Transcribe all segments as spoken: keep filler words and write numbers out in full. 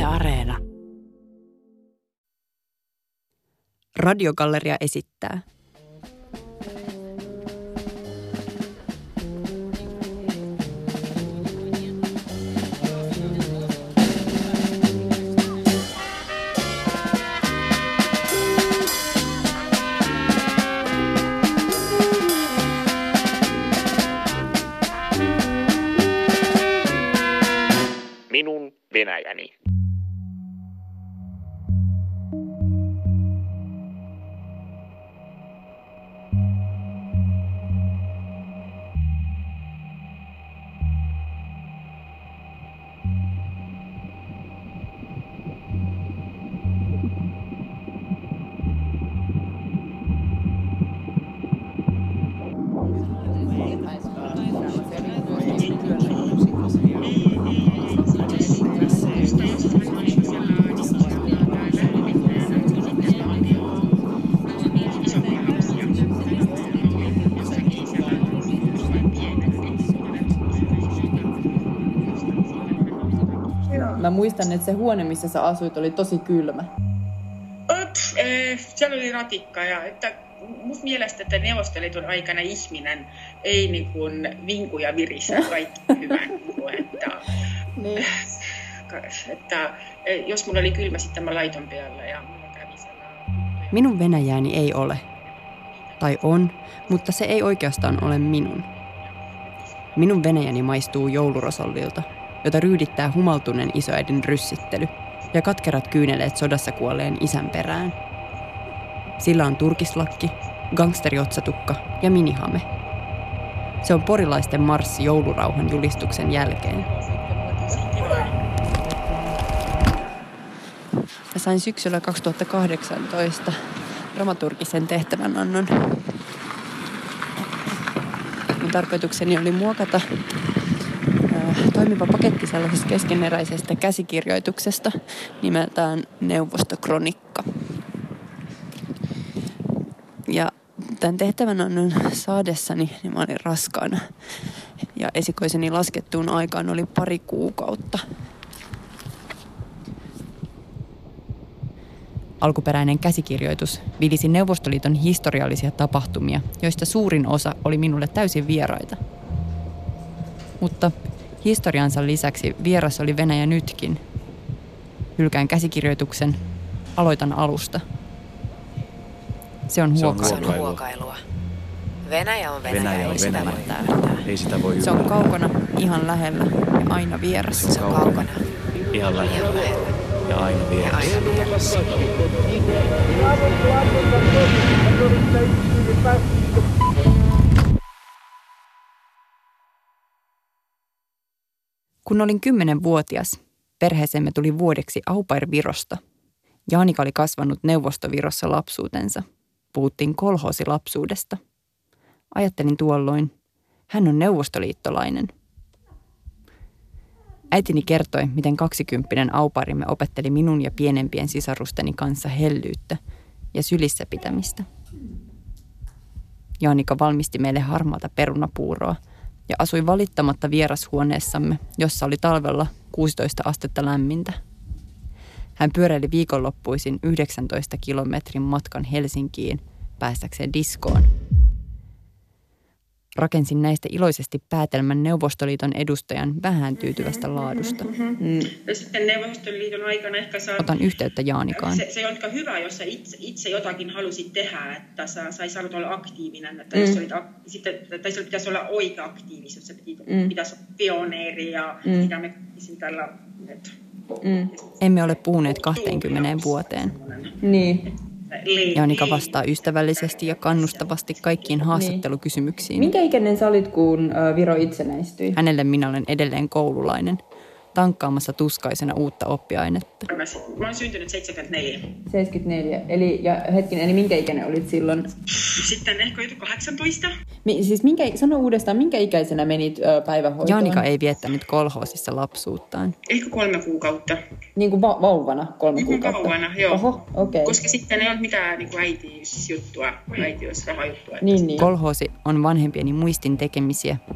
Areena. Radiogalleria esittää. Minun Venäjäni. Mä muistan, että se huone, missä sä asuit, oli tosi kylmä. Ops, äh, siellä oli ratikka ja että musta mielestä, että Neuvostoliiton aikana ihminen ei niin kuin vinku ja virise kaikki hyvän. Että, Niin. että jos mulla oli kylmä, sitten mä laiton päällä ja mulla kävi siellä. Minun Venäjääni ei ole. Tai on, mutta se ei oikeastaan ole minun. Minun Venäjäni maistuu joulurosollilta, jota ryydittää humaltuneen isoäidin ryssittely ja katkerat kyyneleet sodassa kuolleen isän perään. Sillä on turkislakki, gangsteriotsatukka ja minihame. Se on porilaisten marssi joulurauhan julistuksen jälkeen. Mä sain syksyllä kaksituhattakahdeksantoista dramaturgisen tehtävänannon. Mun tarkoitukseni oli muokata toimiva paketti sellaisesta keskeneräisestä käsikirjoituksesta nimeltään Neuvostokronikka. Ja tämän tehtävänannon saadessani niin mä olin raskaana ja esikoiseni laskettuun aikaan oli pari kuukautta. Alkuperäinen käsikirjoitus vilisi Neuvostoliiton historiallisia tapahtumia, joista suurin osa oli minulle täysin vieraita. Mutta historiansa lisäksi vieras oli Venäjä nytkin. Hylkään käsikirjoituksen, aloitan alusta. Se on huokailua. Se on huokailua. Venäjä on Venäjä, Venäjä on ei sitä Venäjä. voi ymmärtää. Ei sitä voi Se on ymmärtää. kaukana, ihan lähellä ja aina vieras. Se on kaukana, Ihan ihan lähellä lähellä ja aina ja vieressä. aina vieressä. Kun olin kymmenvuotias, perheeseemme tuli vuodeksi au pair Virosta. Jaanika oli kasvanut Neuvostovirossa lapsuutensa. Puhuttiin kolhoosilapsuudesta. Ajattelin tuolloin, hän on neuvostoliittolainen. Äitini kertoi, miten kaksikymppinen au pairimme opetteli minun ja pienempien sisarusteni kanssa hellyyttä ja sylissä pitämistä. Jaanika valmisti meille harmaata perunapuuroa ja asui valittamatta vierashuoneessamme, jossa oli talvella kuusitoista astetta lämmintä. Hän pyöräili viikonloppuisin yhdeksäntoista kilometrin matkan Helsinkiin päästäkseen diskoon. Rakensin näistä iloisesti päätelmän Neuvostoliiton edustajan vähän tyytyvästä laadusta. Mm. Ja sitten Neuvostoliiton aikana ehkä saa... Otan yhteyttä Jaanikaan. Se, se on aika hyvä, jos sä itse, itse jotakin halusit tehdä, että sä, sä ei saanut olla aktiivinen. Että mm. jos olit, sitten, tai se pitäisi olla oikea aktiivisuus, se piti, mm. pitäisi olla pioneeri ja mm. mitä me tekisin tällä... Nyt. Mm. Emme ole puhuneet kahteenkymmeneen vuoteen. Niin. Jaanika vastaa ystävällisesti ja kannustavasti kaikkiin haastattelukysymyksiin. Minkä ikäinen sä olit, kun Viro itsenäistyi? Hänelle minä olen edelleen koululainen, tankkaamassa tuskaisena uutta oppiainetta. Mä olen syntynyt seitsemänkymmentäneljä. seitsemänkymmentäneljä. Eli, ja hetkinen, eli minkä ikäinen olit silloin? Sitten ehkä joku kahdeksantoista. Mi, siis minkä, sano uudestaan, minkä ikäisenä menit ö, päivähoitoon? Jaanika ei viettänyt kolhoosissa lapsuuttaan. Ehkä kolme kuukautta. Niin kuin va- vauvana kolme Niin kuin kuukautta? vauvana, joo. Oho, okei. Koska sitten ei ole mitään niin kuin äitiysjuttua, äitiysrahajuttua. Niin, niin. Kolhoosi on vanhempieni muistin tekemisiä,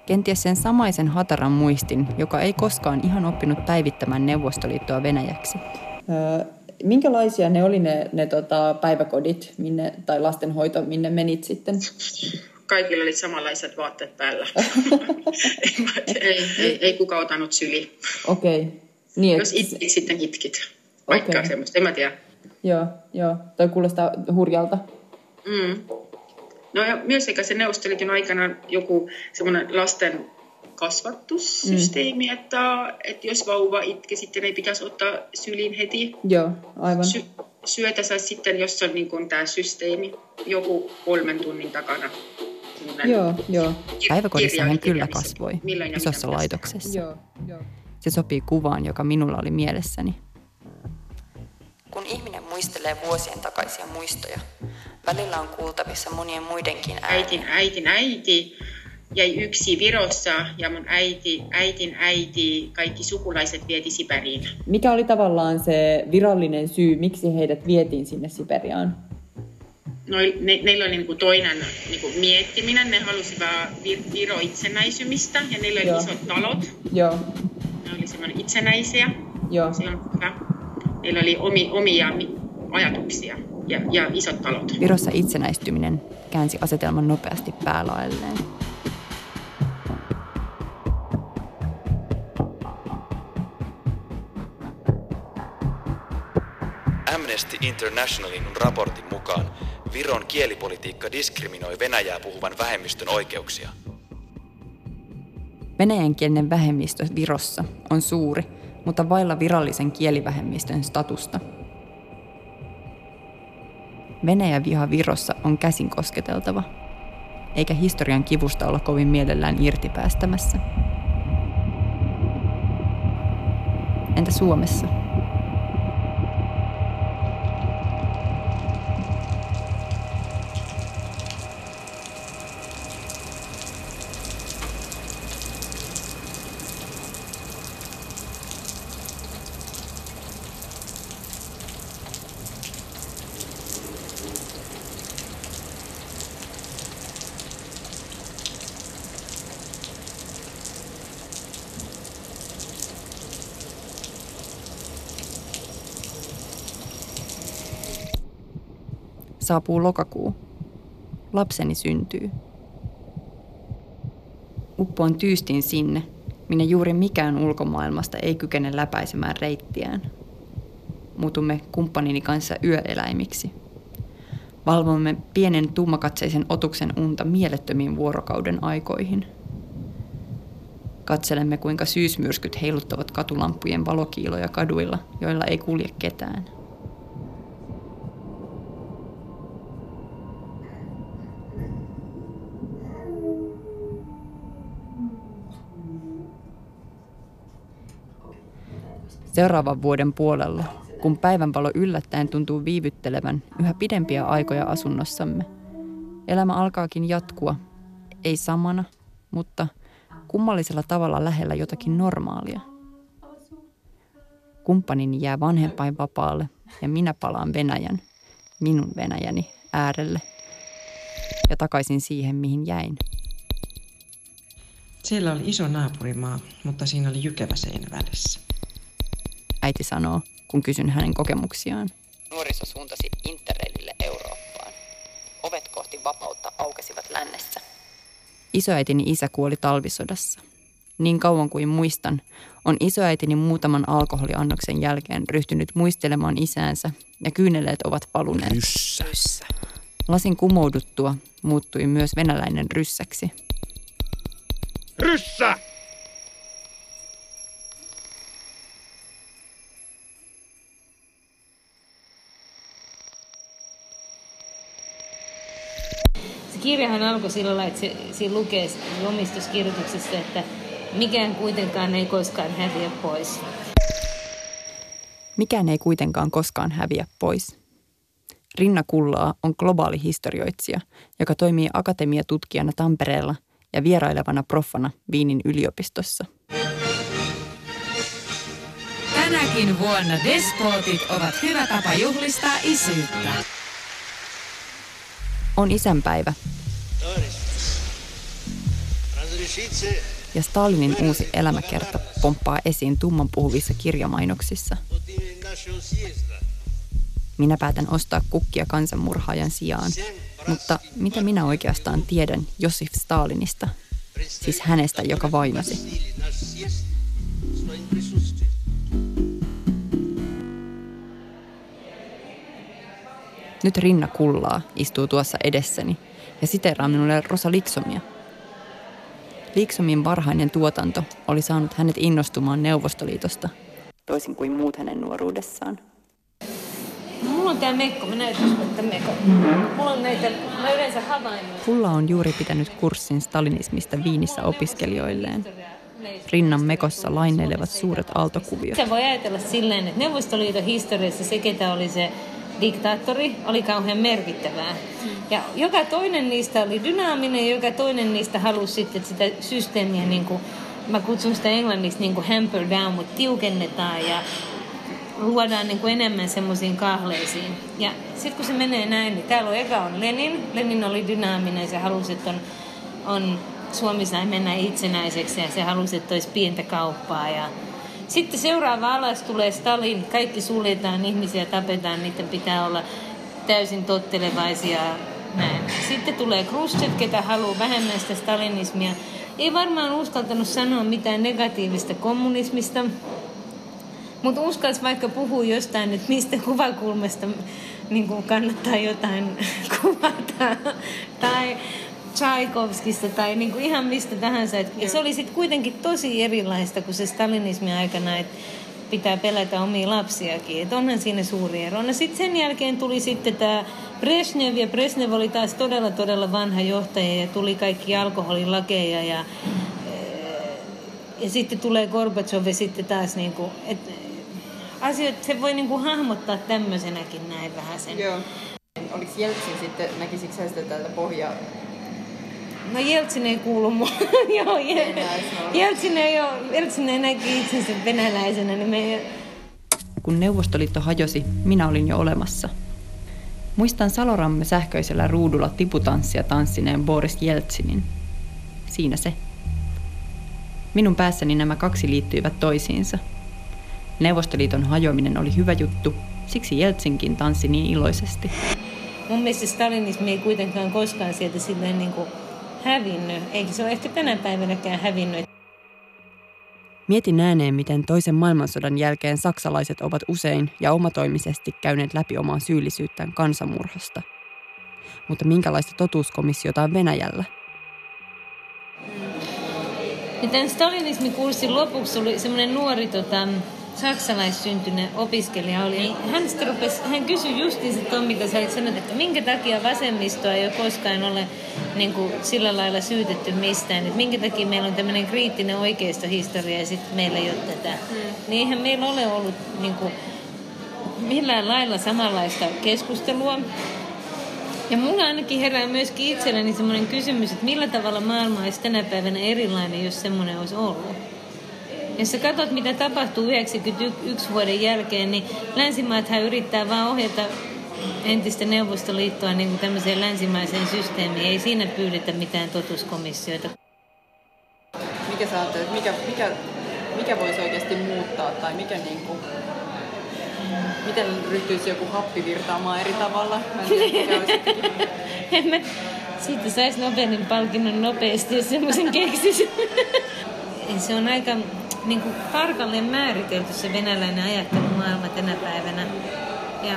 Kenties sen samaisen hataran muistin, joka ei koskaan ihan oppinut päivittämään Neuvostoliittoa Venäjäksi. Öö, minkälaisia ne oli ne, ne tota, päiväkodit minne, tai lastenhoito, minne menit sitten? Kaikilla oli samanlaiset vaatteet päällä. ei, ei, ei kukaan ottanut syli. Okei. Okay. Niin, jos itkit, sitten itkit. Vaikka okay. semmoista, en mä tiedä. Joo, joo. Toi kuulostaa hurjalta. Mm. No ja myös eikä se Neuvostoliiton aikana joku semmoinen lasten kasvatussysteemi, mm. että, että jos vauva itke, sitten ei pitäisi ottaa syliin heti. Joo, aivan. Sy- syötä saisi sitten, jos on niin kuin tämä systeemi, joku kolmen tunnin takana. Joo, joo. Päiväkodissa hän kyllä kasvoi isossa laitoksessa. Joo, joo. Se sopii kuvaan, joka minulla oli mielessäni. Kun ihminen muistelee vuosien takaisia muistoja, välillä on kuultavissa monien muidenkin ääniä. Äitin, äitin, äiti jäi yksi Virossa ja mun äiti, äitin äiti, kaikki sukulaiset vieti Siperiin. Mikä oli tavallaan se virallinen syy, miksi heidät vietiin sinne Siperiaan? No, ne, neillä oli niinku toinen niinku miettiminen, ne halusivat vir, Viro itsenäisymistä ja neillä oli Joo. isot talot. Joo. Ne oli semmoinen itsenäisiä. Joo. Se on hyvä. Meillä oli omi, omia ajatuksia ja, ja isot talot. Virossa itsenäistyminen käänsi asetelman nopeasti päälaelleen. Amnesty Internationalin raportin mukaan Viron kielipolitiikka diskriminoi venäjää puhuvan vähemmistön oikeuksia. Venäjänkielinen vähemmistö Virossa on suuri, mutta vailla virallisen kielivähemmistön statusta. Venäjän viha Virossa on käsin kosketeltava, eikä historian kivusta olla kovin mielellään irtipäästämässä. Entä Suomessa? Saapuu lokakuu. Lapseni syntyy. Uppoan tyystin sinne, minne juuri mikään ulkomaailmasta ei kykene läpäisemään reittiään. Muutumme kumppanini kanssa yöeläimiksi. Valvomme pienen tummakatseisen otuksen unta mielettömiin vuorokauden aikoihin. Katselemme, kuinka syysmyrskyt heiluttavat katulampujen valokiiloja kaduilla, joilla ei kulje ketään. Seuraavan vuoden puolella, kun päivänvalo yllättäen tuntuu viivyttelevän yhä pidempiä aikoja asunnossamme, elämä alkaakin jatkua, ei samana, mutta kummallisella tavalla lähellä jotakin normaalia. Kumppanini jää vanhempainvapaalle ja minä palaan Venäjän, minun Venäjäni, äärelle ja takaisin siihen, mihin jäin. Siellä oli iso naapurimaa, mutta siinä oli jykevä seinä välissä. Äiti sanoo, kun kysyn hänen kokemuksiaan. Nuoriso suuntasi Interrailille Eurooppaan. Ovet kohti vapautta aukesivat lännessä. Isoäitini isä kuoli talvisodassa. Niin kauan kuin muistan, on isoäitini muutaman alkoholiannoksen jälkeen ryhtynyt muistelemaan isäänsä ja kyyneleet ovat valuneet. Ryssä. Ryssä. Lasin kumouduttua muuttui myös venäläinen ryssäksi. Ryssä! Kirjahan alkoi sillä lailla, että se, siinä lukee omistuskirjoituksessa, että mikään kuitenkaan ei koskaan häviä pois. Mikään ei kuitenkaan koskaan häviä pois. Rinna Kullaa on globaali historioitsija, joka toimii akatemiatutkijana Tampereella ja vierailevana proffana Wienin yliopistossa. Tänäkin vuonna despotit ovat hyvä tapa juhlistaa isyyttä. On isänpäivä. Ja Stalinin uusi elämäkerta pomppaa esiin tummanpuhuvissa kirjamainoksissa. Minä päätän ostaa kukkia kansanmurhaajan sijaan, mutta mitä minä oikeastaan tiedän Josif Stalinista? Siis hänestä, joka vainosi. Nyt Rinna Kullaa istuu tuossa edessäni ja siteeraa minulle Rosa Liksomia. Liksomin varhainen tuotanto oli saanut hänet innostumaan Neuvostoliitosta, toisin kuin muut hänen nuoruudessaan. No, mulla on tää mekko, mä näytän sulle tämän mekko. Mulla on näitä, mä yleensä havainnoin. Kulla on juuri pitänyt kurssin stalinismista Viinissä opiskelijoilleen. Rinnan mekossa laineilevat suuret aaltokuviot. Se voi ajatella silleen, että Neuvostoliiton historiassa se, ketä oli se diktaattori, oli kauhean merkittävää. Ja joka toinen niistä oli dynaaminen ja joka toinen niistä halusi sitten sitä systeemiä, niin kuin, mä kutsun sitä englanniksi niin kuin hamper down, mutta tiukennetaan ja luodaan niin kuin enemmän semmoisiin kahleisiin. Ja sitten kun se menee näin, niin täällä on eka on Lenin. Lenin oli dynaaminen, se halusi, että on, on Suomi sai mennä itsenäiseksi ja se halusi, että olisi pientä kauppaa. Ja sitten seuraava alas tulee Stalin, kaikki suljetaan, ihmisiä tapetaan, niiden pitää olla täysin tottelevaisia. Näin. Sitten tulee Khrushchev, ketä haluaa vähemmän sitä stalinismia. Ei varmaan uskaltanut sanoa mitään negatiivista kommunismista, mutta uskalsi vaikka puhua jostain, että mistä kuvakulmasta niin kuin kannattaa jotain kuvata. Tai Tchaikovskista tai niin kuin ihan mistä tahansa. Ja se oli sitten kuitenkin tosi erilaista kuin se stalinismin aikana, että pitää pelätä omia lapsiakin. Että onhan siinä suuri ero. No sitten sen jälkeen tuli sitten tämä Brezhnev, ja Brezhnev oli taas todella, todella vanha johtaja ja tuli kaikki alkoholilakeja ja, ja sitten tulee Gorbachev ja sitten taas niin kuin, että asioita se voi niin kuin hahmottaa tämmöisenäkin näin vähän sen. Joo. Oliko Jeltsin sitten, näkisikö sä sitä täältä pohjaa? No Jeltsin ei kuulu mua. Joo, Jeltsin ei, Jeltsin ei näki itsensä venäläisenä. Niin me... Kun Neuvostoliitto hajosi, minä olin jo olemassa. Muistan Saloramme sähköisellä ruudulla tiputanssia tanssineen Boris Jeltsinin. Siinä se. Minun päässäni nämä kaksi liittyivät toisiinsa. Neuvostoliiton hajoaminen oli hyvä juttu, siksi Jeltsinkin tanssi niin iloisesti. Mun mielestä stalinismi ei kuitenkaan koskaan sieltä silleen niin kuin hävinnyt, eikä se ole ehkä tänä päivänäkään hävinnyt. Mietin ääneen, miten toisen maailmansodan jälkeen saksalaiset ovat usein ja omatoimisesti käyneet läpi omaa syyllisyyttään kansanmurhasta. Mutta minkälaista totuuskomissiota on Venäjällä? Ja tämän stalinismikurssin lopuksi oli semmoinen nuori tota, saksalaissyntyinen opiskelija. Oli. Hän, rupesi, hän kysyi justiinsa tuon, mitä sä olit sanonut, että minkä takia vasemmistoa ei ole koskaan ole niin kuin, sillä lailla syytetty mistään. Että minkä takia meillä on tämmöinen kriittinen oikeistohistoria ja sitten meillä ei ole tätä. Mm. Niin eihän meillä ole ollut niin kuin, millään lailla samanlaista keskustelua. Ja mulla ainakin herää myöskin itselläni semmoinen kysymys, että millä tavalla maailma olisi tänä päivänä erilainen, jos semmoinen olisi ollut. Jos sä katsot, mitä tapahtuu yhdeksänkymmentäyksi vuoden jälkeen, niin länsimaathan yrittää vaan ohjata entistä Neuvostoliittoa niin kuin tämmöiseen länsimaiseen systeemiin. Ei siinä pyydetä mitään totuuskomissioita. Mikä sä ajattelet, mikä, mikä, mikä voisi oikeasti muuttaa tai mikä niin kuin... Miten ryhtyisi joku happi virtaamaan eri tavalla? En mä... Siitä saisi Nobelin palkinnon nopeasti, jos semmoisen keksisi. Se on aika niin kuin, tarkalleen määritelty se venäläinen ajattelumaailma tänä päivänä. Ja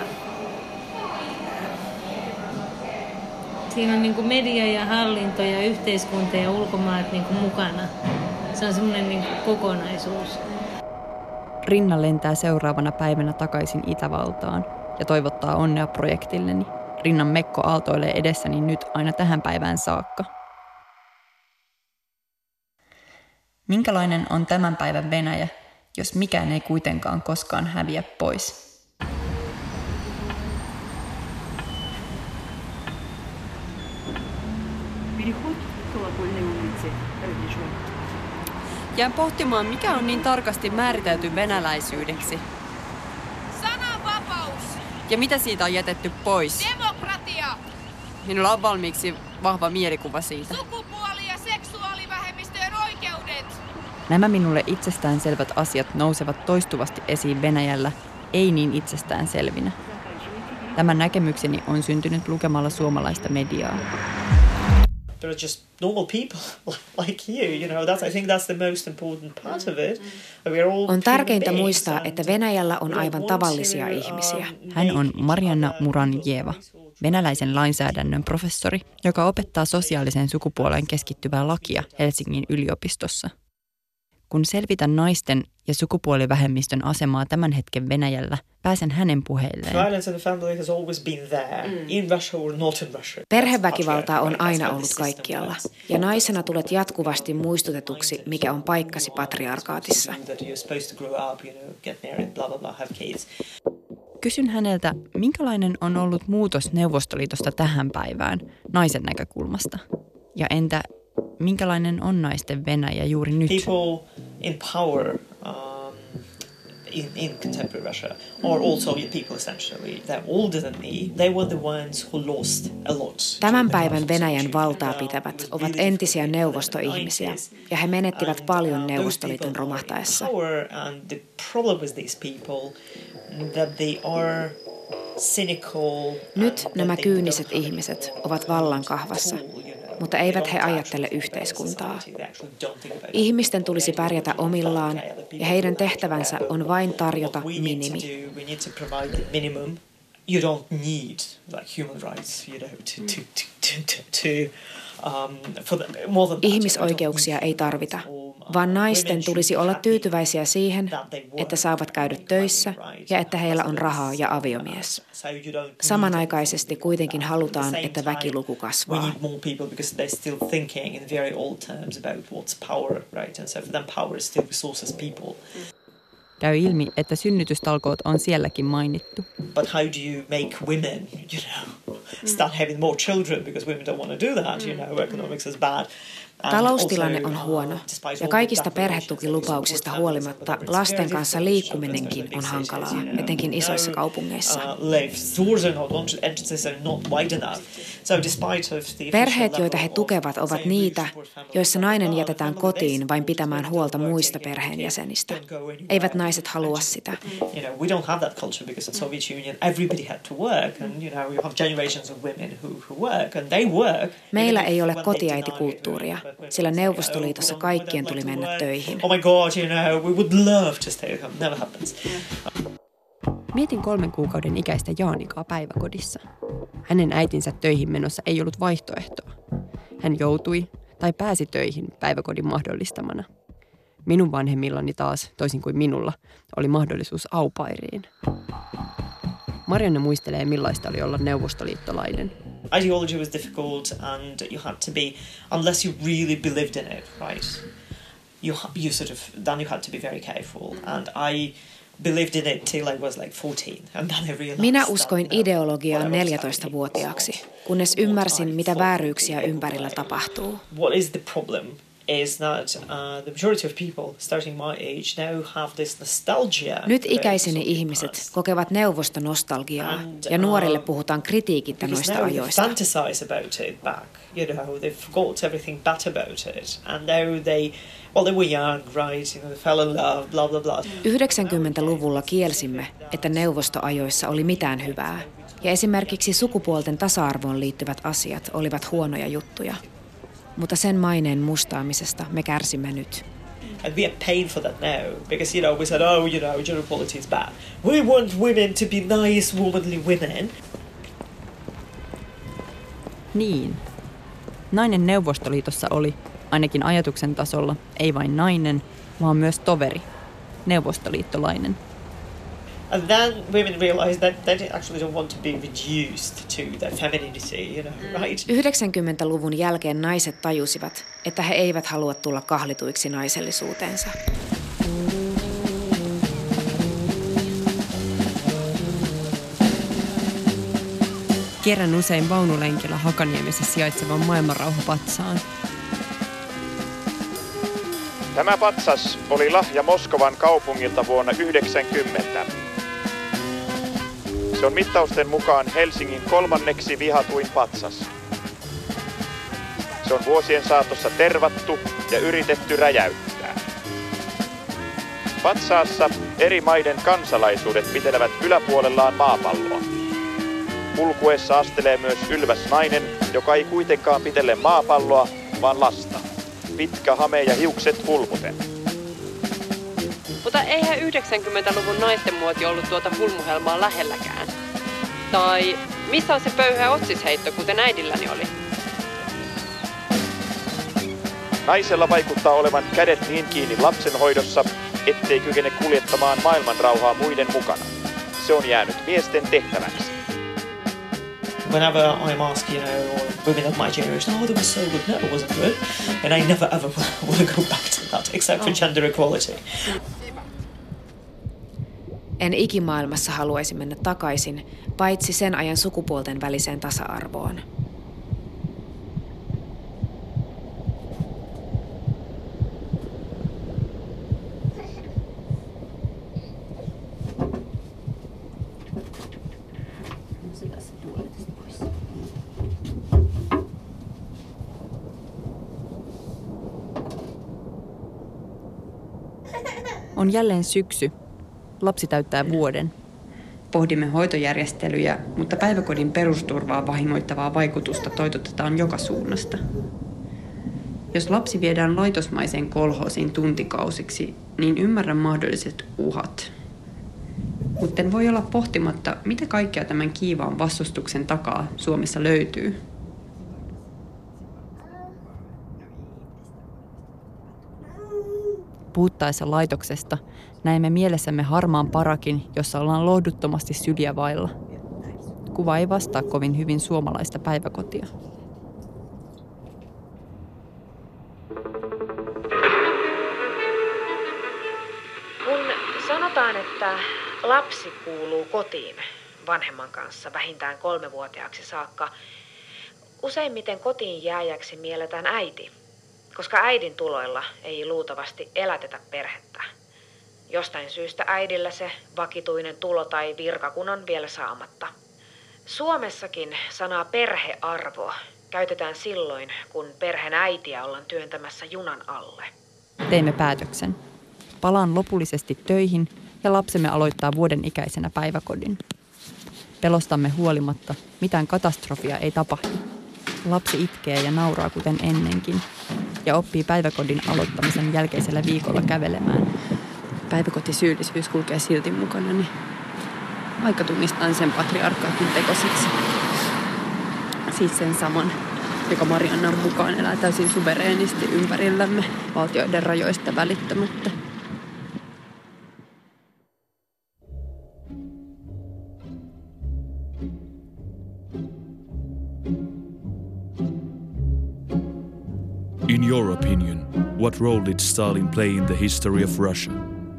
siinä on niin kuin media ja hallinto ja yhteiskunta ja ulkomaat niin kuin, mukana. Se on semmoinen niin kuin, kokonaisuus. Rinna lentää seuraavana päivänä takaisin Itävaltaan ja toivottaa onnea projektilleni. Rinnan mekko aaltoilee edessäni nyt aina tähän päivään saakka. Minkälainen on tämän päivän Venäjä, jos mikään ei kuitenkaan koskaan häviä pois? Jään pohtimaan, mikä on niin tarkasti määritelty venäläisyydeksi. Sananvapaus! Ja mitä siitä on jätetty pois? Demokratia! Minulla on valmiiksi vahva mielikuva siitä. Sukupuoli- ja seksuaalivähemmistöjen Nämä minulle itsestäänselvät asiat nousevat toistuvasti esiin Venäjällä, ei niin itsestäänselvinä. Tämä näkemykseni on syntynyt lukemalla suomalaista mediaa. There are just normal people like you, you know. That's I think that's the most important part of it. We're all On tärkeintä muistaa, että Venäjällä on aivan tavallisia ihmisiä. Hän on Marianna Muranjeva, venäläisen lainsäädännön professori, joka opettaa sosiaaliseen sukupuoleen keskittyvää lakia Helsingin yliopistossa. Kun selvitän naisten ja sukupuolivähemmistön asemaa tämän hetken Venäjällä, pääsen hänen puheilleen. Perheväkivaltaa on aina ollut kaikkialla, ja naisena tulet jatkuvasti muistutetuksi, mikä on paikkasi patriarkaatissa. Kysyn häneltä, minkälainen on ollut muutos Neuvostoliitosta tähän päivään naisen näkökulmasta. Ja entä minkälainen on naisten Venäjä juuri nyt? People in power um, in, in contemporary Russia are all Soviet people essentially. They're older than me. They were the ones who lost a lot. Tämän päivän Venäjän valtaa pitävät ovat entisiä neuvostoihmisiä, ja he menettivät paljon Neuvostoliiton romahtaessa. The problem with these people that they are cynical. Nyt nämä kyyniset ihmiset ovat vallan kahvassa, mutta eivät he ajattele yhteiskuntaa. Ihmisten tulisi pärjätä omillaan, ja heidän tehtävänsä on vain tarjota minimi. You don't need like human rights, you know, to to to to to um for the, more than Ihmisoikeuksia ei tarvita, vaan naisten tulisi olla tyytyväisiä siihen, että saavat käydä töissä ja että heillä on rahaa ja aviomies. Samanaikaisesti kuitenkin halutaan, että väkiluku kasvaa. Käy ilmi, että synnytystalkoot on sielläkin mainittu. But how do you make women, you know, start having more children because women don't want to do that, you know, economics is bad. Taloustilanne on huono, ja kaikista perhetukilupauksista huolimatta lasten kanssa liikkuminenkin on hankalaa, etenkin isoissa kaupungeissa. Perheet, joita he tukevat, ovat niitä, joissa nainen jätetään kotiin vain pitämään huolta muista perheenjäsenistä. Eivät naiset halua sitä. Meillä ei ole kotiäitikulttuuria, sillä Neuvostoliitossa kaikkien tuli mennä töihin. Oh my God, you know, we would love to stay at home. Never happens. Mietin kolmen kuukauden ikäistä Jaanikaa päiväkodissa. Hänen äitinsä töihin menossa ei ollut vaihtoehtoa. Hän joutui tai pääsi töihin päiväkodin mahdollistamana. Minun vanhemmillani taas, toisin kuin minulla, oli mahdollisuus aupairiin. Marianne muistelee, millaista oli olla neuvostoliittolainen. Ideology was difficult and you had to be, unless you really believed in it, right? You, you sort of, then you had to be very careful. And I believed in it till I was like fourteen. And then I realized Minä uskoin ideologiaan neljätoistavuotiaaksi, kunnes ymmärsin, mitä vääryyksiä ympärillä tapahtuu. What is the problem? Is that uh, the majority of people starting my age now have this nostalgia. Nyt ikäiseni ihmiset kokevat neuvostonostalgiaa, ja nuorille puhutaan kritiikittä noista ajoista. Fantasize about it back, you know, they forgot everything bad about it, and now they, well, they were young, right? You know, they fell in love, blah blah blah. yhdeksänkymmentäluvulla kielsimme, että neuvostoajoissa oli mitään hyvää, ja esimerkiksi sukupuolten tasa-arvoon liittyvät asiat olivat huonoja juttuja. Mutta sen maineen mustaamisesta me kärsimme nyt. And we are paying for that now because, you know, we said, oh, you know, gender equality is bad. We want women to be nice, womanly women. Niin. Nainen Neuvostoliitossa oli, ainakin ajatuksen tasolla, ei vain nainen, vaan myös toveri, neuvostoliittolainen. And then women realized that they actually don't want to be reduced to their femininity, you know, right? yhdeksänkymmentäluvun jälkeen naiset tajusivat, että he eivät halua tulla kahlituiksi naisellisuuteensa. Kierrän usein vaunulenkillä Hakaniemessä sijaitsevan maailmanrauhapatsaan. Tämä patsas oli lahja Moskovan kaupungilta vuonna yhdeksänkymmentä. Se on mittausten mukaan Helsingin kolmanneksi vihatuin patsas. Se on vuosien saatossa tervattu ja yritetty räjäyttää. Patsaassa eri maiden kansalaisuudet pitelevät yläpuolellaan maapalloa. Kulkuessa astelee myös ylväs nainen, joka ei kuitenkaan pitele maapalloa, vaan lasta. Pitkä hame ja hiukset hulmuten. Mutta eihän yhdeksänkymmentäluvun naisten muoti ollut tuota hulmuhelmaa lähelläkään. Tai missä on se pöyhä otsisheitto, kuten äidilläni oli? Naisella vaikuttaa olevan kädet niin kiinni lapsenhoidossa, ettei kykene kuljettamaan maailman rauhaa muiden mukana. Se on jäänyt miesten tehtäväksi. Whenever I'm asked, you know, or women of my generation, oh, that was so good. No, it wasn't good. And I never ever will go back to that, except for gender equality. En ikimaailmassa haluaisi mennä takaisin, paitsi sen ajan sukupuolten väliseen tasa-arvoon. On jälleen syksy. Lapsi täyttää vuoden. Pohdimme hoitojärjestelyjä, mutta päiväkodin perusturvaa vahingoittavaa vaikutusta toitotetaan joka suunnasta. Jos lapsi viedään laitosmaiseen kolhoosiin tuntikausiksi, niin ymmärrän mahdolliset uhat. Mutta en voi olla pohtimatta, mitä kaikkea tämän kiivaan vastustuksen takaa Suomessa löytyy. Puhuttaessa laitoksesta näemme mielessämme harmaan parakin, jossa ollaan lohduttomasti syliä vailla. Kuva ei vastaa kovin hyvin suomalaista päiväkotia. Kun sanotaan, että lapsi kuuluu kotiin vanhemman kanssa vähintään kolmevuotiaaksi saakka, useimmiten kotiin jääjäksi mielletään äiti, koska äidin tuloilla ei luultavasti elätetä perhettä. Jostain syystä äidillä se vakituinen tulo tai virka kun on vielä saamatta. Suomessakin sanaa perhearvo käytetään silloin, kun perheen äitiä ollaan työntämässä junan alle. Teimme päätöksen. Palaan lopullisesti töihin ja lapsemme aloittaa vuoden ikäisenä päiväkodin. Pelostamme huolimatta, mitään katastrofia ei tapahdu. Lapsi itkee ja nauraa kuten ennenkin ja oppii päiväkodin aloittamisen jälkeisellä viikolla kävelemään. Päiväkotisyyllisyys kulkee silti mukana, niin vaikka tunnistan sen patriarkaatin tekoseksi. Siis sen saman, joka Mariannan mukaan elää täysin suvereenisti ympärillämme valtioiden rajoista välittämättä. In your opinion, what role did Stalin play in the history of Russia?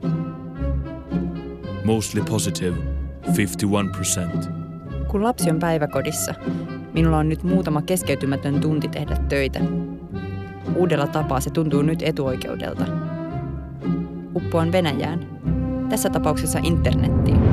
Mostly positive, fifty-one percent. Kun lapsi on päiväkodissa, minulla on nyt muutama keskeytymätön tunti tehdä töitä. Uudella tapaa se tuntuu nyt etuoikeudelta. Uppoan Venäjään, tässä tapauksessa internettiin.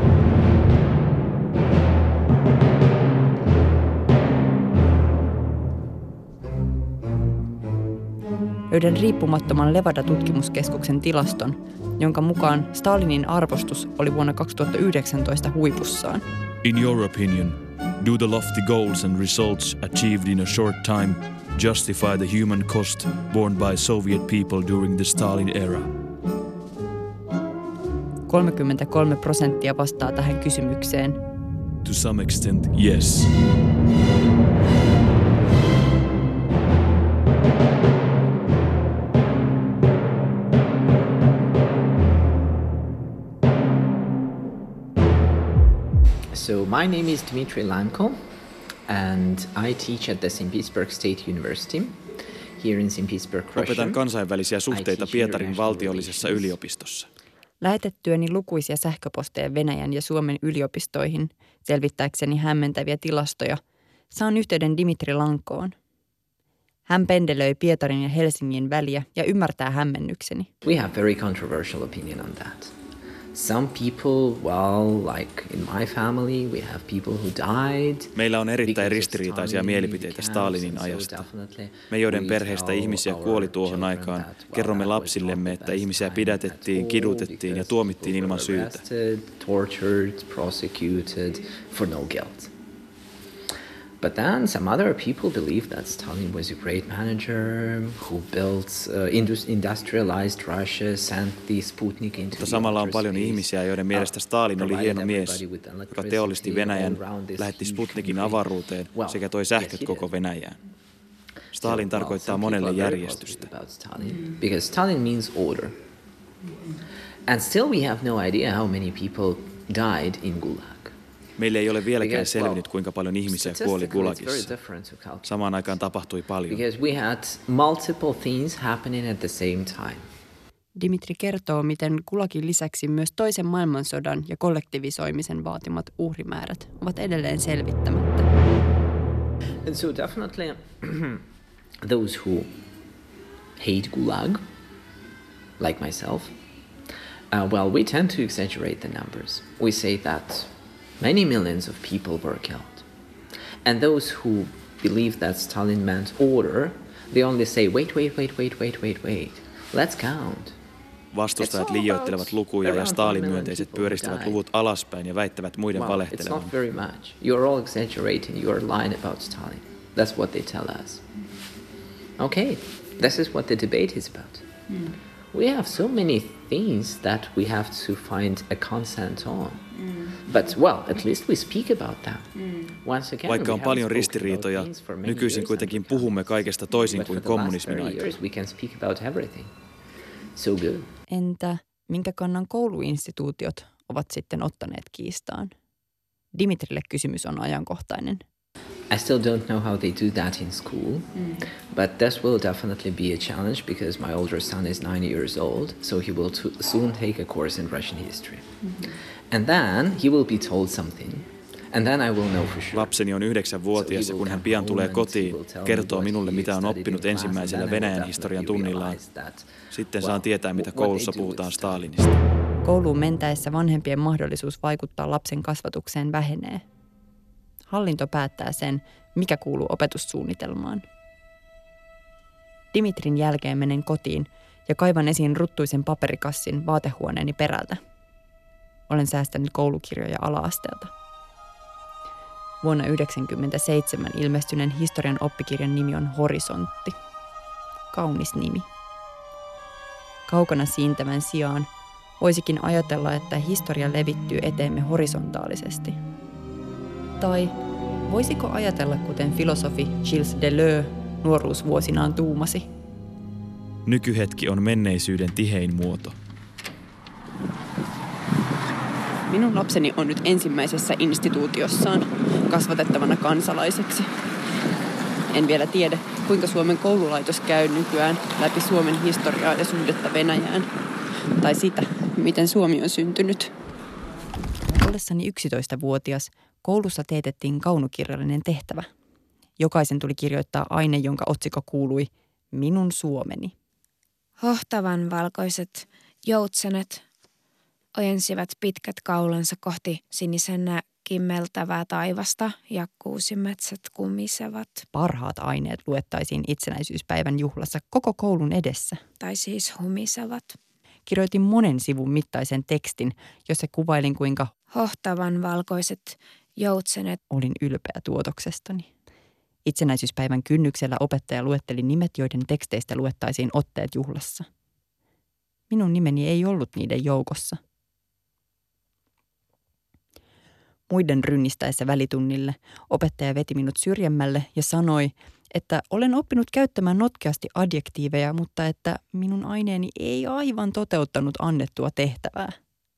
Löydän riippumattoman Levada-tutkimuskeskuksen tilaston, jonka mukaan Stalinin arvostus oli vuonna kaksituhattayhdeksäntoista huipussaan. In your opinion, do the lofty goals and results achieved in a short time justify the human cost borne by Soviet people during the Stalin era? kolmekymmentäkolme prosenttia vastaa tähän kysymykseen. To some extent, yes. So my name is Dmitry Lanko, and I teach at the Saint Petersburg State University here in Saint Petersburg, Russia. Opetan kansainvälisiä suhteita Pietarin valtiollisessa yliopistossa. Lähetettyäni lukuisia sähköposteja Venäjän ja Suomen yliopistoihin selvittääkseni hämmentäviä tilastoja, saan yhteyden Dmitri Lankoon. Hän pendelöi Pietarin ja Helsingin väliä ja ymmärtää hämmennykseni. We have very controversial opinion on that. Some people, well, like in my family, we have people who died. Meillä on erittäin ristiriitaisia mielipiteitä Stalinin ajasta. Me, joiden perheestä ihmisiä kuoli tuohon aikaan, kerromme lapsillemme, että ihmisiä pidätettiin, kidutettiin ja tuomittiin ilman syytä. Tortured, prosecuted for no guilt. But then some other people believe that Stalin was a great manager who built uh, industrialized Russia, sent the Sputnik into Mutta samalla on paljon ihmisiä, joiden mielestä Stalin oli hieno mies, joka teollisti Venäjän, lähetti Sputnikin avaruuteen sekä toi sähköt koko Venäjään. Stalin tarkoittaa monelle järjestystä. Because Stalin means order. And still we have no idea how many people died in Gulag. Meille ei ole vieläkään selvinnyt, kuinka paljon ihmisiä kuoli Gulagissa. Samaan aikaan tapahtui paljon. Because we had multiple things happening at the same time. Dimitri kertoo, miten Gulagin lisäksi myös toisen maailmansodan ja kollektivisoimisen vaatimat uhrimäärät ovat edelleen selvittämättä. And so definitely those who hate Gulag, like myself, uh, well, we tend to exaggerate the numbers. We say that many millions of people were killed. And those who believe that Stalin meant order, they only say, wait, wait, wait, wait, wait, wait, wait. Let's count. Vastustajat liioittelevat lukuja ja Stalin-myönteiset pyöristävät luvut alaspäin ja väittävät muiden Well, valehtelevan. it's not very much. You're all exaggerating. You're lying about Stalin. That's what they tell us. Okay, this is what the debate is about. Mm. We have so many things that we have to find a consent on. Mm. But, well, at least we speak about them. Mm. Once again, Vaikka on we paljon haven't ristiriitoja, spoken about things for many nykyisin years kuitenkin and we puhumme kaikesta toisin But kuin for the last kommunismin thirty aikana. years we can speak about everything. So good. Entä minkä kannan kouluinstituutiot ovat sitten ottaneet kiistaan? Dimitrille kysymys on ajankohtainen. I still don't know how they do that in school, Mm. but this will definitely be a challenge because my older son is nine years old, so he will to- soon take a course in Russian history. Mm-hmm. And then he will be told something, and then I will know for sure. Lapseni on yhdeksänvuotias ja kun hän pian tulee kotiin, kertoo minulle, mitä on oppinut ensimmäisellä Venäjän historian tunnillaan. Sitten saan tietää, mitä koulussa puhutaan Stalinista. Kouluun mentäessä vanhempien mahdollisuus vaikuttaa lapsen kasvatukseen vähenee. Hallinto päättää sen, mikä kuuluu opetussuunnitelmaan. Dimitrin jälkeen menen kotiin ja kaivan esiin ruttuisen paperikassin vaatehuoneeni perältä. Olen säästänyt koulukirjoja ala-asteelta. Vuonna yhdeksänkymmentäseitsemän ilmestyneen historian oppikirjan nimi on Horisontti. Kaunis nimi. Kaukana siintävän sijaan voisikin ajatella, että historia levittyy eteemme horisontaalisesti. Tai voisiko ajatella, kuten filosofi Gilles Deleuze nuoruusvuosinaan tuumasi? Nykyhetki on menneisyyden tihein muoto. Minun lapseni on nyt ensimmäisessä instituutiossaan kasvatettavana kansalaiseksi. En vielä tiedä, kuinka Suomen koululaitos käy nykyään läpi Suomen historiaa ja suhdetta Venäjään. Tai sitä, miten Suomi on syntynyt. Ollessani yksitoistavuotias koulussa teetettiin kaunokirjallinen tehtävä. Jokaisen tuli kirjoittaa aine, jonka otsikko kuului Minun Suomeni. Hohtavan valkoiset joutsenet ojensivat pitkät kaulansa kohti sinisen kimmeltävää taivasta ja kuusimetsät kumisevat. Parhaat aineet luettaisiin itsenäisyyspäivän juhlassa koko koulun edessä. Tai siis humisevat. Kirjoitin monen sivun mittaisen tekstin, jossa kuvailin, kuinka hohtavan valkoiset joutsenet olin ylpeä tuotoksestani. Itsenäisyyspäivän kynnyksellä opettaja luetteli nimet, joiden teksteistä luettaisiin otteet juhlassa. Minun nimeni ei ollut niiden joukossa. Muiden rynnistäessä välitunnille opettaja veti minut syrjemmälle ja sanoi, että olen oppinut käyttämään notkeasti adjektiiveja, mutta että minun aineeni ei aivan toteuttanut annettua tehtävää.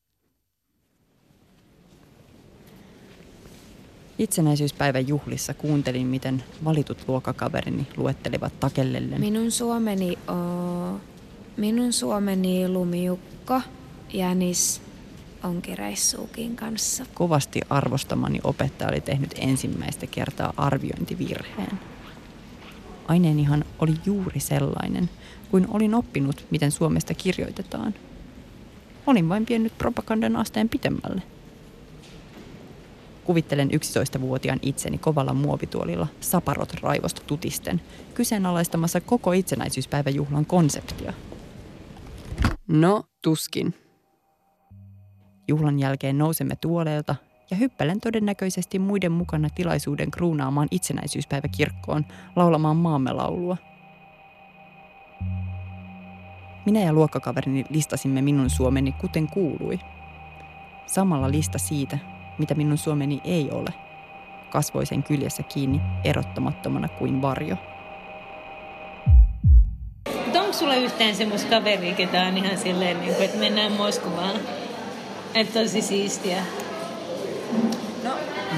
Itsenäisyyspäivän juhlissa kuuntelin, miten valitut luokkakaverini luettelivat takellellen. Minun Suomeni on, minun Suomeni lumiukko, jänis, onkireissuukin kanssa. Kovasti arvostamani opettaja oli tehnyt ensimmäistä kertaa arviointivirheen. Aineenihan oli juuri sellainen, kuin olin oppinut, miten Suomesta kirjoitetaan. Olin vain vienyt propagandan asteen pitemmälle. Kuvittelen yksitoistavuotiaan itseni kovalla muovituolilla saparot raivosta tutisten, kyseenalaistamassa koko itsenäisyyspäiväjuhlan konseptia. No, tuskin. Juhlan jälkeen nousemme tuoleelta ja hyppelen todennäköisesti muiden mukana tilaisuuden kruunaamaan itsenäisyyspäiväkirkkoon laulamaan maamme laulua. Minä ja luokkakaverini listasimme minun Suomeni kuten kuului. Samalla lista siitä, mitä minun Suomeni ei ole, kasvoi sen kyljessä kiinni erottamattomana kuin varjo. Mutta onko sulla yhtään semmoista kaveria, ketä on ihan silleen, että mennään Moskovaan? Että tosi siistiä. No.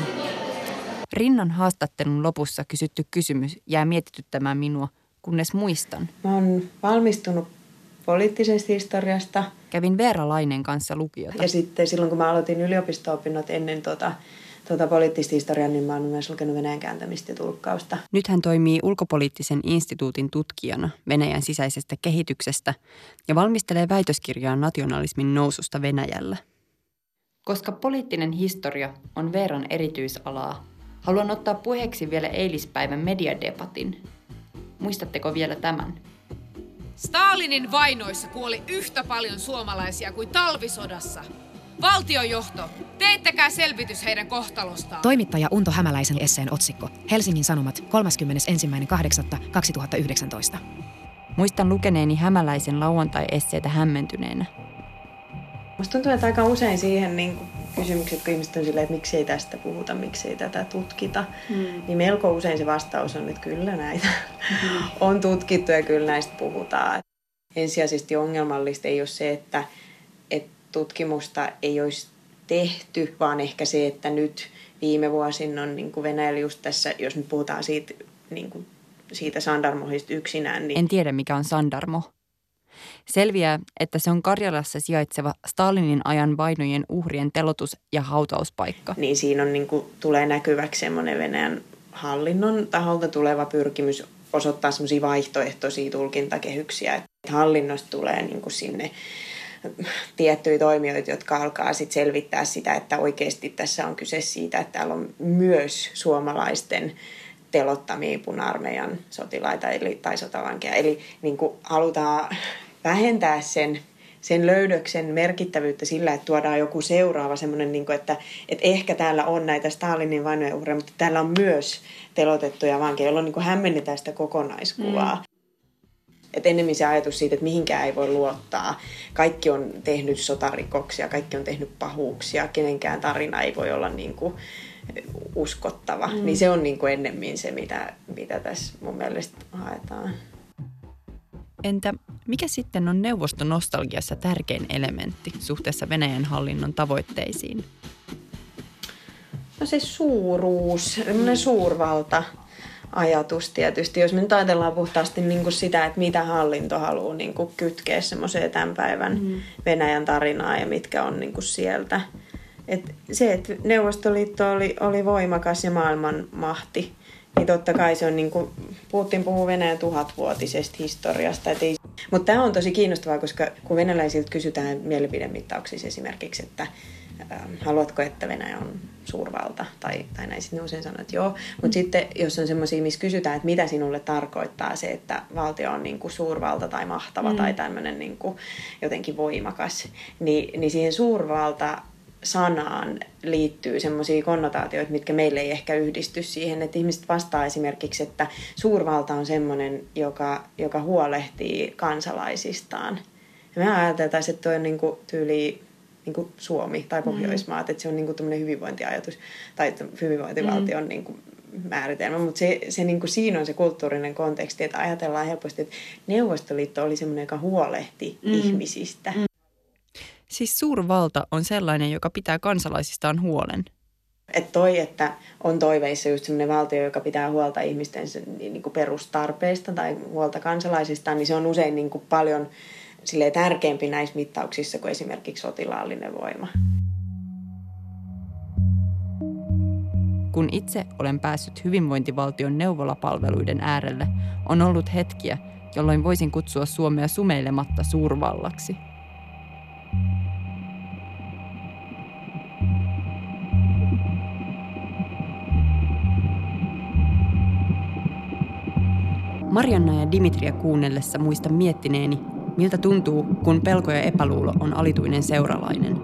Rinnan haastattelun lopussa kysytty kysymys jää mietityttämään minua, kunnes muistan. Mä oon valmistunut poliittisesta historiasta. Kävin Veera Laineen kanssa lukiota. Ja sitten silloin, kun mä aloitin yliopisto-opinnot ennen tota, tota poliittista historiaa, niin mä oon myös lukenut Venäjän kääntämistä ja tulkkausta. Nyt hän toimii ulkopoliittisen instituutin tutkijana Venäjän sisäisestä kehityksestä ja valmistelee väitöskirjaa nationalismin noususta Venäjällä. Koska poliittinen historia on Veeran erityisalaa, haluan ottaa puheeksi vielä eilispäivän mediadebatin. Muistatteko vielä tämän? Stalinin vainoissa kuoli yhtä paljon suomalaisia kuin talvisodassa. Valtiojohto, teettäkää selvitys heidän kohtalostaan. Toimittaja Unto Hämäläisen esseen otsikko. Helsingin Sanomat kolmaskymmenesensimmäinen kahdeksatta kaksituhattayhdeksäntoista. Muistan lukeneeni Hämäläisen lauantai-esseitä hämmentyneenä. Musta tuntuu, että aika usein siihen niin kysymykset, kun ihmiset on silleen, että miksi ei tästä puhuta, miksi ei tätä tutkita, mm. niin melko usein se vastaus on, että kyllä näitä mm. on tutkittu ja kyllä näistä puhutaan. Ensisijaisesti ongelmallista ei ole se, että, että tutkimusta ei olisi tehty, vaan ehkä se, että nyt viime vuosina on niin kuin Venäjällä just tässä, jos nyt puhutaan siitä, niin kuin siitä sandarmohista yksinään. Niin... En tiedä, mikä on sandarmo. Selviää, että se on Karjalassa sijaitseva Stalinin ajan vainojen uhrien telotus- ja hautauspaikka. Niin siinä on, niin kuin, tulee näkyväksi semmoinen Venäjän hallinnon taholta tuleva pyrkimys osoittaa semmoisia vaihtoehtoisia tulkintakehyksiä. Että hallinnosta tulee niin kuin sinne tiettyjä toimijoita, jotka alkaa sit selvittää sitä, että oikeasti tässä on kyse siitä, että täällä on myös suomalaisten telottamia puna-armeijan sotilaita eli, tai sotavankeja. Eli niin kuin halutaan vähentää sen, sen löydöksen merkittävyyttä sillä, että tuodaan joku seuraava semmoinen, niin kuin, että, että ehkä täällä on näitä Stalinin vainojen uhreja, mutta täällä on myös telotettuja vankeja, jolloin niin kuin hämmennetään sitä kokonaiskuvaa. Mm. Että enemmän se ajatus siitä, että mihinkään ei voi luottaa. Kaikki on tehnyt sotarikoksia, kaikki on tehnyt pahuuksia, kenenkään tarina ei voi olla niin kuin uskottava. Mm. Niin se on niin kuin ennemmin se, mitä, mitä tässä mun mielestä haetaan. Entä mikä sitten on neuvostonostalgiassa tärkein elementti suhteessa Venäjän hallinnon tavoitteisiin? No se suuruus, mm. suurvalta. Ajatus tietysti. Jos me nyt ajatellaan puhtaasti niin kuin sitä, että mitä hallinto haluaa niin kuin kytkeä semmoiseen tämän päivän mm. Venäjän tarinaan ja mitkä on niin kuin sieltä. Et se, että Neuvostoliitto oli, oli voimakas ja maailman mahti, niin totta kai se on niin kuin, Putin puhuu Venäjän tuhatvuotisesta historiasta. Mutta tämä on tosi kiinnostavaa, koska kun venäläisiltä kysytään mielipidemittauksissa esimerkiksi, että haluatko, että Venäjä on suurvalta, tai, tai näin sitten usein sanoo, että joo. Mutta mm. sitten, jos on semmoisia, missä kysytään, että mitä sinulle tarkoittaa se, että valtio on niinku suurvalta tai mahtava mm. tai tämmöinen niinku jotenkin voimakas, niin, niin siihen suurvalta-sanaan liittyy semmoisia konnotaatioita, mitkä meille ei ehkä yhdisty siihen, että ihmiset vastaa esimerkiksi, että suurvalta on semmoinen, joka, joka huolehtii kansalaisistaan. Ja me ajatellaan, että toi on niinku tyyli niin kuin Suomi tai Pohjoismaat, mm. että se on niin kuin tämmöinen hyvinvointiajatus tai hyvinvointivaltion mm. niin kuin määritelmä, mutta se, se niin kuin siinä on se kulttuurinen konteksti, että ajatellaan helposti, että Neuvostoliitto oli semmoinen, joka huolehti mm. ihmisistä. Mm. Siis suurvalta on sellainen, joka pitää kansalaisistaan huolen. Että toi, että on toiveissa just semmoinen valtio, joka pitää huolta ihmisten niin kuin perustarpeista tai huolta kansalaisistaan, niin se on usein niin kuin paljon silleen tärkeämpi näissä mittauksissa kuin esimerkiksi sotilaallinen voima. Kun itse olen päässyt hyvinvointivaltion neuvolapalveluiden äärelle, on ollut hetkiä, jolloin voisin kutsua Suomea sumeilematta suurvallaksi. Marianna ja Dimitria kuunnellessa muistan miettineeni, miltä tuntuu, kun pelko ja epäluulo on alituinen seuralainen.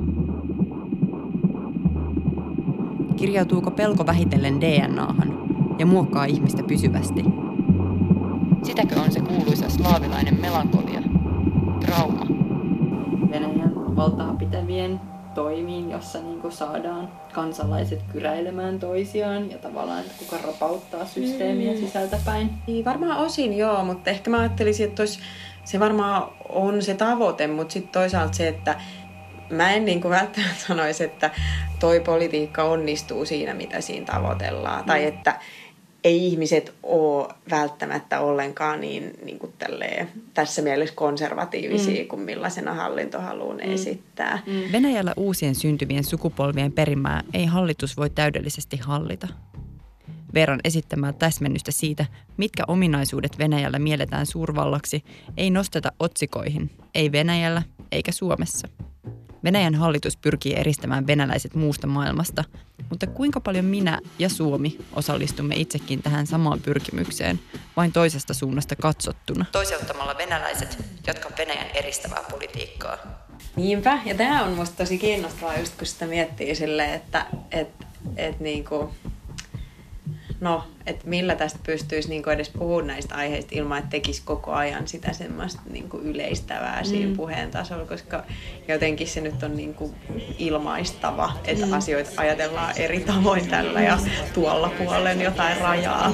Kirjautuuko pelko vähitellen D N A:han ja muokkaa ihmistä pysyvästi? Sitäkö on se kuuluisa slaavilainen melankolia, trauma? Venäjän valtaa pitävien toimiin, jossa niin saadaan kansalaiset kyräilemään toisiaan ja tavallaan kuka rapauttaa systeemiä mm. sisältäpäin. Niin, varmaan osin joo, mutta ehkä mä ajattelisin, että olisi, se varmaan on se tavoite, mutta sitten toisaalta se, että mä en niin kuin välttämättä sanoisi, että toi politiikka onnistuu siinä, mitä siinä tavoitellaan. Mm. Tai että ei ihmiset ole välttämättä ollenkaan niin, niin kuin tälleen, tässä mielessä konservatiivisia mm. kuin millaisena hallinto haluaa mm. esittää. Mm. Venäjällä uusien syntyvien sukupolvien perimää ei hallitus voi täydellisesti hallita. Veeran esittämää täsmennystä siitä, mitkä ominaisuudet Venäjällä mielletään suurvallaksi, ei nosteta otsikoihin, ei Venäjällä eikä Suomessa. Venäjän hallitus pyrkii eristämään venäläiset muusta maailmasta, mutta kuinka paljon minä ja Suomi osallistumme itsekin tähän samaan pyrkimykseen, vain toisesta suunnasta katsottuna? Toiseuttamalla venäläiset, jotka Venäjän eristävää politiikkaa. Niinpä, ja tämä on musta tosi kiinnostavaa just kun sitä miettii silleen, että et, et niinku, no, että millä tästä pystyisi niinku edes puhumaan näistä aiheista ilman, että tekisi koko ajan sitä semmoista niinku yleistävää siinä mm. puheen tasolla, koska jotenkin se nyt on niinku ilmaistava, että mm. asioita ajatellaan eri tavoin tällä ja tuolla puolen jotain rajaa.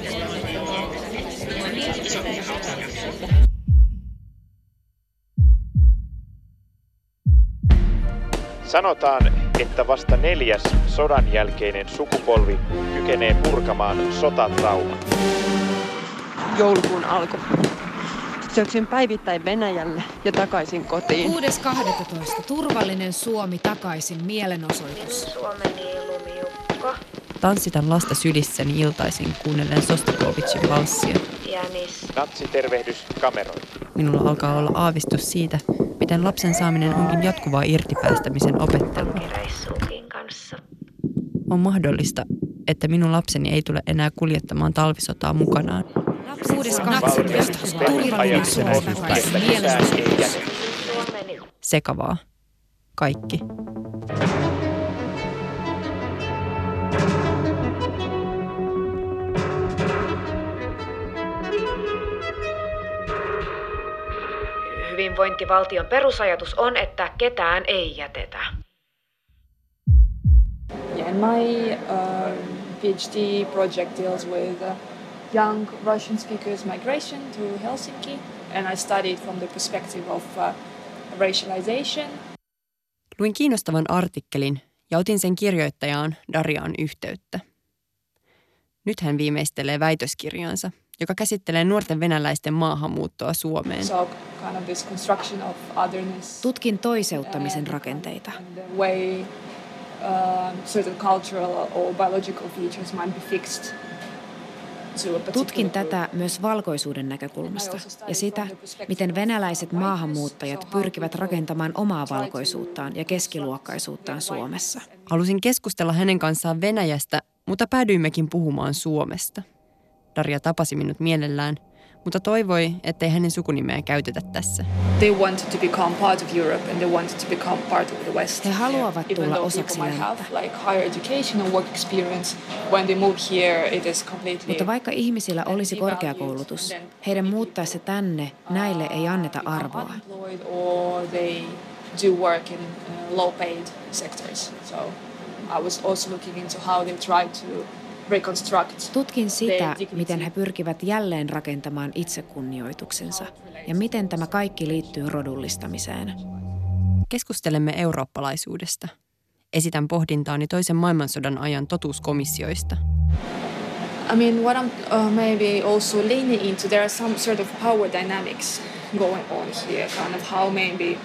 Sanotaan, että vasta neljäs sodan jälkeinen sukupolvi kykenee purkamaan sotatraumat. Joulukuun alku. Syöksyn päivittäin Venäjälle ja takaisin kotiin. kuudes kahdestoista Turvallinen Suomi takaisin mielenosoitus. Suomen lumiukko. Tanssitan lasta sydissäni iltaisin kuunnellen Sostakovicin valssia. Jänis. Natsitervehdys kameroihin. Minulla alkaa olla aavistus siitä, miten lapsen saaminen onkin jatkuvaa irtipäästämisen opettelua. On mahdollista, että minun lapseni ei tule enää kuljettamaan talvisotaa mukanaan. Kuudes kahdestoista Turvallinen Suomi takaisin mielenosoitus. Sekavaa. Kaikki. Hyvinvointivaltion perusajatus on, että ketään ei jätetä. Yeah, and my uh, PhD project deals with uh, young Russian speakers' migration to Helsinki, and I studied from the perspective of uh, racialization. Luin kiinnostavan artikkelin ja otin sen kirjoittajaan Dariaan yhteyttä. Nyt hän viimeistelee väitöskirjansa, joka käsittelee nuorten venäläisten maahanmuuttoa Suomeen. So, kind of this construction of otherness. Tutkin toiseuttamisen rakenteita. Way, uh, certain cultural or biological features might be fixed. Tutkin tätä myös valkoisuuden näkökulmasta ja sitä, miten venäläiset maahanmuuttajat pyrkivät rakentamaan omaa valkoisuuttaan ja keskiluokkaisuuttaan Suomessa. Halusin keskustella hänen kanssaan Venäjästä, mutta päädyimmekin puhumaan Suomesta. Daria tapasi minut mielellään, mutta toivoi, ettei hänen sukunimeään käytetä tässä. They wanted to become part of Europe and they wanted to become part of the West. He haluavat tulla osaksi länttä. Like higher education and work experience, when they move here, it is completely. Mutta vaikka ihmisillä olisi korkeakoulutus, heidän muuttaessa tänne näille ei anneta arvoa. Or they do work in low paid sectors. So I was also looking into how they try to Tutkin sitä, miten he pyrkivät jälleen rakentamaan itsekunnioituksensa ja miten tämä kaikki liittyy rodullistamiseen. Keskustelemme eurooppalaisuudesta. Esitän pohdintaani toisen maailmansodan ajan totuuskomissioista. I mean, what I'm uh, maybe also leaning into, there are some sort of power dynamics going on here, kind of how maybe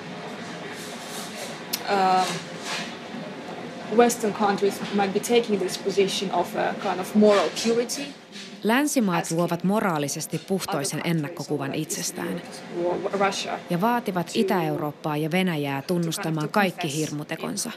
uh, Western countries might be taking this position of a kind of moral purity. Länsimaat luovat moraalisesti puhtoisen ennakkokuvan itsestään ja vaativat Itä-Eurooppaa ja Venäjää tunnustamaan kaikki hirmutekonsa.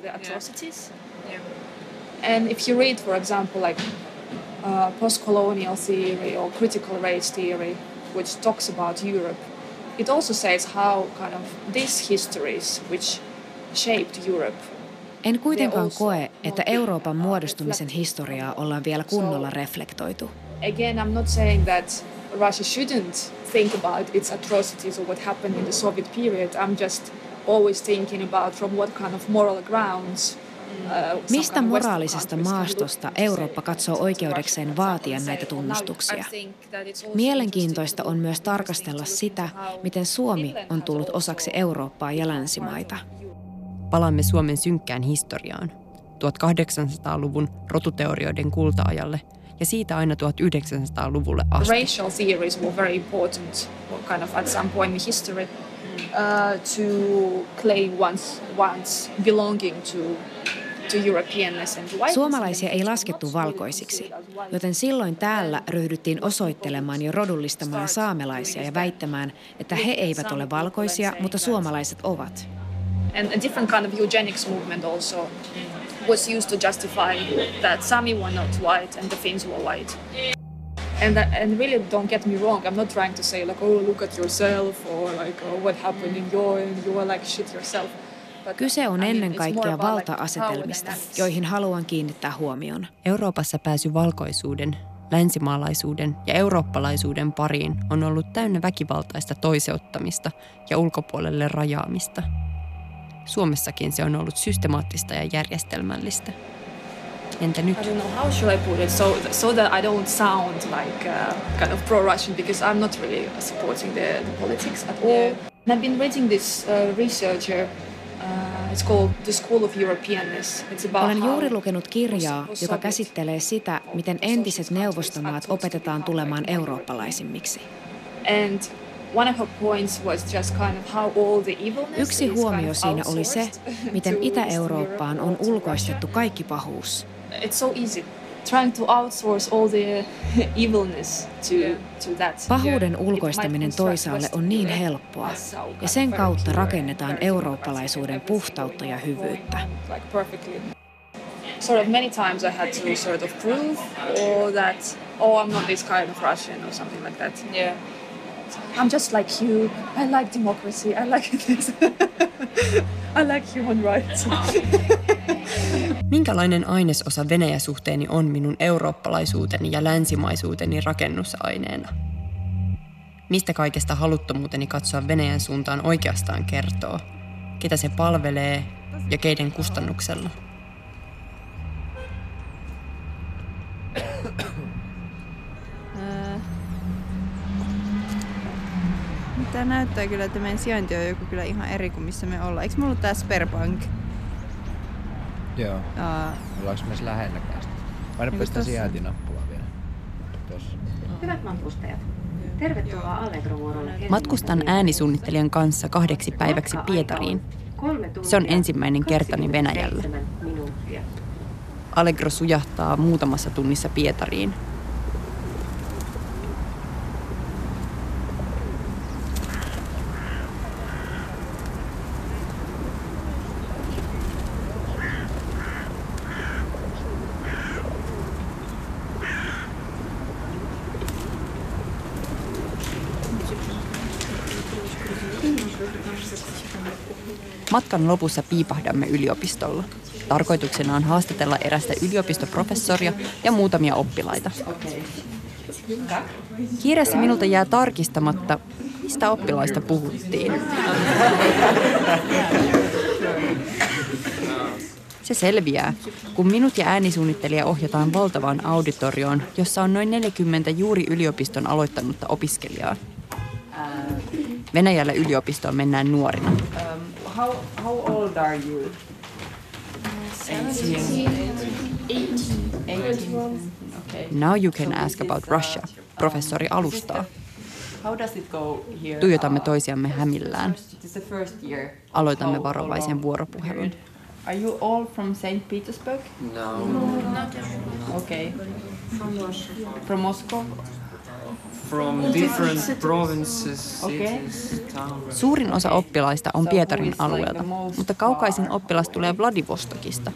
And if you read, for example, like uh, post-colonial theory or critical race theory, which talks about Europe, it also says how kind of these histories which shaped Europe. En kuitenkaan koe, että Euroopan muodostumisen historiaa ollaan vielä kunnolla reflektoitu. Again, I'm not saying that Russia shouldn't think about its atrocities or what happened in the Soviet period. I'm just always thinking about from what kind of moral grounds. Uh, Mistä moraalisesta maastosta Eurooppa katsoo oikeudekseen vaatia näitä tunnustuksia? Mielenkiintoista on myös tarkastella sitä, miten Suomi on tullut osaksi Eurooppaa ja länsimaita. Palaamme Suomen synkkään historiaan, tuhatkahdeksansataaluvun rotuteorioiden kulta-ajalle ja siitä aina tuhatyhdeksänsataaluvulle asti. Racial theories were very important, kind of at some point in history, uh, to claim one's, one's belonging to, to Europeanness and whiteness. Suomalaisia ei laskettu valkoisiksi, joten silloin täällä ryhdyttiin osoittelemaan ja rodullistamaan saamelaisia ja väittämään, että he eivät ole valkoisia, mutta suomalaiset ovat. And a different kind of eugenics movement also was used to justify that Sami were not white and the Finns were white. And that, and really, don't get me wrong, I'm not trying to say like, oh, look at yourself or like, oh, what happened in your, and you were like shit yourself. But, Kyse on I mean, ennen kaikkea like valta-asetelmista, joihin haluan kiinnittää huomion. Euroopassa pääsy valkoisuuden, länsimaalaisuuden ja eurooppalaisuuden pariin on ollut täynnä väkivaltaista toiseuttamista ja ulkopuolelle rajaamista. Suomessakin se on ollut systemaattista ja järjestelmällistä. Entä nyt? I don't know how should I put it so so that I don't sound like uh, kind of pro-Russian because I'm not really supporting the, the politics at all. Yeah. And I've been reading this uh, researcher. Uh, it's called The School of Europeanness. It's about Olen juuri lukenut kirjaa, joka käsittelee sitä, miten entiset neuvostomaat opetetaan tulemaan eurooppalaisimmiksi. And one of her points was just kind of how all the evilness. Yksi huomio siinä oli se, miten Itä-Eurooppaan on ulkoistettu kaikki pahuus. It's so easy trying to outsource all the evilness to to that. Pahuuden ulkoistaminen toisaalle on niin helppoa, ja sen kautta rakennetaan eurooppalaisuuden puhtautta ja hyvyyttä. Sort of many times I had to sort of prove or that oh I'm not this kind of Russian or something like that. Yeah. I'm just like you. I like democracy. I like this. I like human rights. Minkälainen ainesosa Venäjä-suhteeni on minun eurooppalaisuuteni ja länsimaisuuteni rakennusaineena? Mistä kaikesta haluttomuuteni katsoa Venäjän suuntaan oikeastaan kertoo? Ketä se palvelee ja keiden kustannuksella? Tää näyttää kyllä, että meidän sijainti on joku kyllä ihan eri kuin missä me ollaan. Eikö me ollut tää Sberbank? Joo. Uh, Ollaanko me lähelläkään sitä? Painapa sitä sijaintinappulaa vielä. Tossa. Hyvät matkustajat, tervetuloa Allegro-vuorolle. Matkustan äänisuunnittelijan kanssa kahdeksi päiväksi Pietariin. Se on ensimmäinen kertani Venäjällä. Allegro sujahtaa muutamassa tunnissa Pietariin. Matkan lopussa piipahdamme yliopistolla. Tarkoituksena on haastatella erästä yliopistoprofessoria ja muutamia oppilaita. Kiireessä minulta jää tarkistamatta, mistä oppilaista puhuttiin. Se selviää, kun minut ja äänisuunnittelija ohjataan valtavaan auditorioon, jossa on noin neljäkymmentä juuri yliopiston aloittanutta opiskelijaa. Venäjällä yliopistoon mennään nuorina. Um, how, how old are you? Okay. Now you can ask about Russia, professori alustaa. Tuijotamme toisiamme hämillään. Aloitamme varovaisen vuoropuhelun. Are you all from Saint Petersburg? No. Okay. From Moscow? From Moscow? from different provinces, cities, towns. Suurin osa oppilaista on Pietarin alueelta, mutta kaukaisin oppilas tulee Vladivostokista.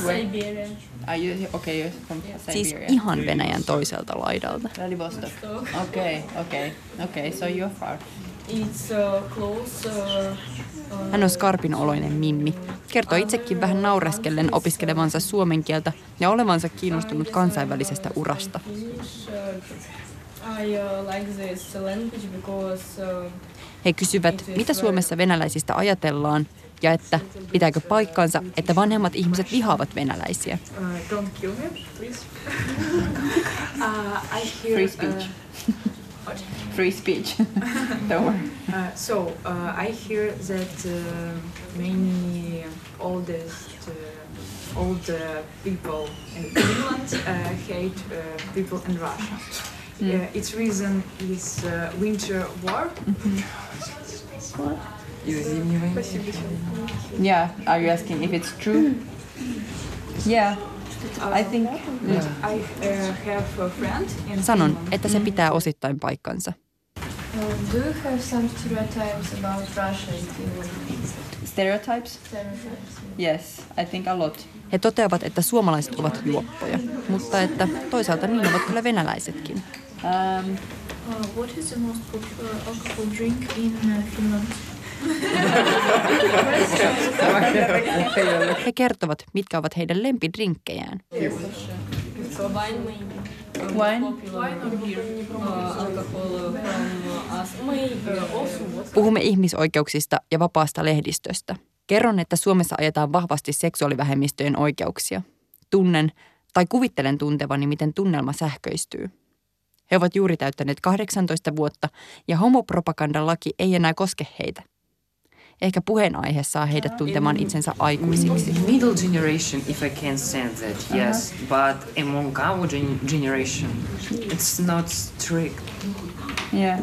Okay, siis ihan Venäjän toiselta laidalta. Vladivostok. Okay, okay, okay. So you're far. It's uh, close. Uh, Hän on skarpin oloinen Mimmi. Kertoo itsekin vähän naureskellen opiskelevansa suomen kieltä ja olevansa kiinnostunut kansainvälisestä urasta. He kysyvät, mitä Suomessa venäläisistä ajatellaan ja että pitääkö paikkansa, että vanhemmat ihmiset vihaavat venäläisiä. Free speech. Free speech. Don't worry. Uh, so uh, I hear that uh, many oldest, uh, old uh, people in Finland uh, hate uh, people in Russia. Mm. Uh, its reason is uh, winter war. Mm-hmm. Yeah, are you asking if it's true? Yeah. I think yeah. I uh, have a friend in Sanon, Finland. että se pitää osittain paikkansa. Uh, do you have some stereotypes about Russia? Stereotypes? Stereotypes. Yes, I think a lot. He toteavat, että suomalaiset ovat juoppoja, mutta että toisaalta niin ovat kyllä venäläisetkin. Um, uh, what is the most popular alcohol drink in uh, Finland? He kertovat, mitkä ovat heidän lempidrinkkejään. Puhumme ihmisoikeuksista ja vapaasta lehdistöstä. Kerron, että Suomessa ajetaan vahvasti seksuaalivähemmistöjen oikeuksia. Tunnen tai kuvittelen tuntevani, miten tunnelma sähköistyy. He ovat juuri täyttäneet kahdeksantoista vuotta ja homopropagandan laki ei enää koske heitä. Ehkä puheenaihe saa heidät tuntemaan itsensä aikuisiksi. Middle generation, if I can say that, yes. Uh-huh. But among our gen- generation, it's not strict. Yeah.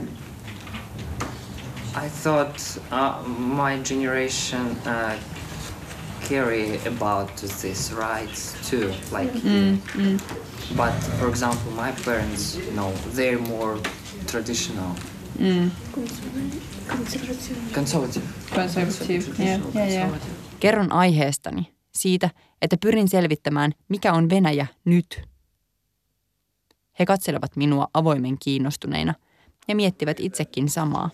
I thought uh, my generation uh, carry about these rights too, like. Mm, mm. But for example, my parents, no, they're more traditional. Mm. Conservative. Conservative. Yeah, yeah, yeah. Kerron aiheestani, siitä, että pyrin selvittämään, mikä on Venäjä nyt. He katselevat minua avoimen kiinnostuneina ja miettivät itsekin samaa.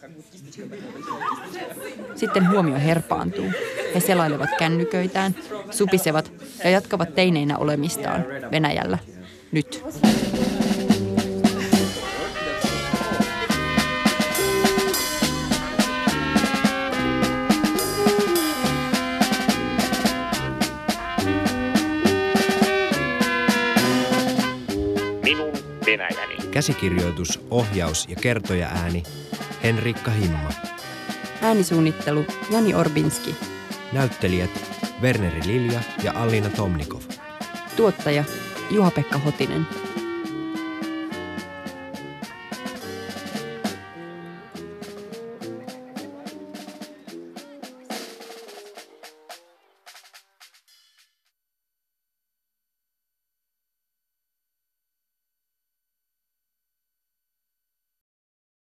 Sitten huomio herpaantuu. He selailevat kännyköitään, supisevat ja jatkavat teineinä olemistaan Venäjällä nyt. Minun Venäjäni. Käsikirjoitus, ohjaus ja kertoja-ääni Henrikka Himma. Äänisuunnittelu Jani Orbinski. Näyttelijät Verneri Lilja ja Alina Tomnikov. Tuottaja Juha-Pekka Hotinen.